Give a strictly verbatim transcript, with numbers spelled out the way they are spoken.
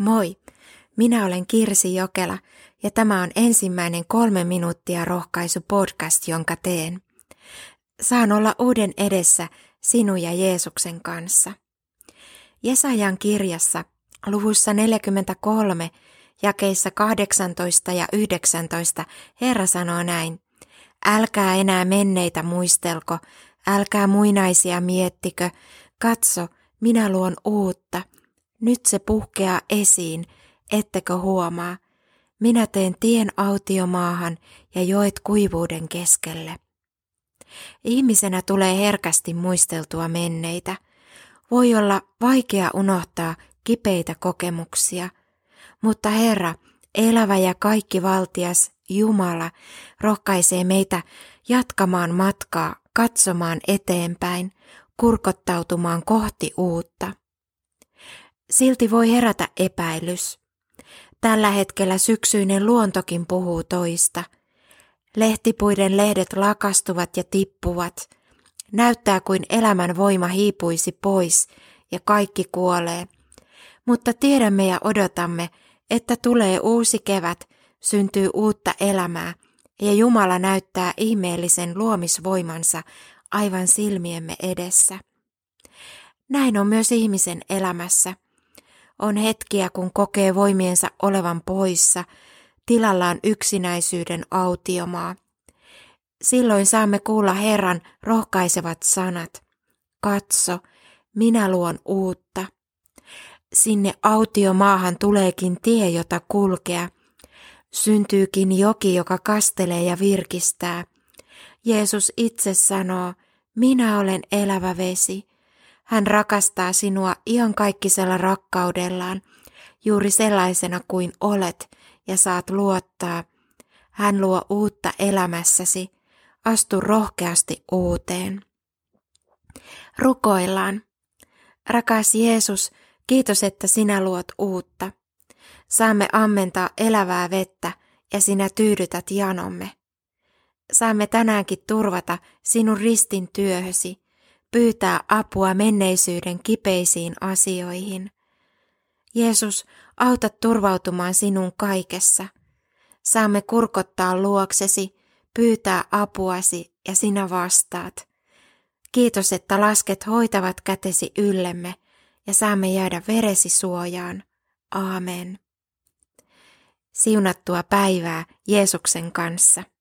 Moi, minä olen Kirsi Jokela ja tämä on ensimmäinen kolme minuuttia rohkaisu podcast, jonka teen. Saan olla uuden edessä sinun ja Jeesuksen kanssa. Jesajan kirjassa luvussa neljäkymmentäkolme jakeissa kahdeksantoista ja yhdeksäntoista Herra sanoo näin. Älkää enää menneitä muistelko, älkää muinaisia miettikö, katso, minä luon uutta. Nyt se puhkeaa esiin, ettekö huomaa. Minä teen tien autiomaahan ja joet kuivuuden keskelle. Ihmisenä tulee herkästi muisteltua menneitä. Voi olla vaikea unohtaa kipeitä kokemuksia, mutta Herra, elävä ja kaikkivaltias Jumala, rohkaisee meitä jatkamaan matkaa, katsomaan eteenpäin, kurkottautumaan kohti uutta. Silti voi herätä epäilys. Tällä hetkellä syksyinen luontokin puhuu toista. Lehtipuiden lehdet lakastuvat ja tippuvat. Näyttää kuin elämän voima hiipuisi pois ja kaikki kuolee. Mutta tiedämme ja odotamme, että tulee uusi kevät, syntyy uutta elämää ja Jumala näyttää ihmeellisen luomisvoimansa aivan silmiemme edessä. Näin on myös ihmisen elämässä. On hetkiä, kun kokee voimiensa olevan poissa, tilallaan yksinäisyyden autiomaa. Silloin saamme kuulla Herran rohkaisevat sanat. Katso, minä luon uutta. Sinne autiomaahan tuleekin tie, jota kulkea. Syntyykin joki, joka kastelee ja virkistää. Jeesus itse sanoo, minä olen elävä vesi. Hän rakastaa sinua iankaikkisella rakkaudellaan, juuri sellaisena kuin olet ja saat luottaa. Hän luo uutta elämässäsi. Astu rohkeasti uuteen. Rukoillaan. Rakas Jeesus, kiitos, että sinä luot uutta. Saamme ammentaa elävää vettä ja sinä tyydytät janomme. Saamme tänäänkin turvata sinun ristin työhösi, pyytää apua menneisyyden kipeisiin asioihin. Jeesus, auta turvautumaan sinun kaikessa. Saamme kurkottaa luoksesi, pyytää apuasi ja sinä vastaat. Kiitos, että lasket hoitavat kätesi yllemme ja saamme jäädä veresi suojaan. Aamen. Siunattua päivää Jeesuksen kanssa.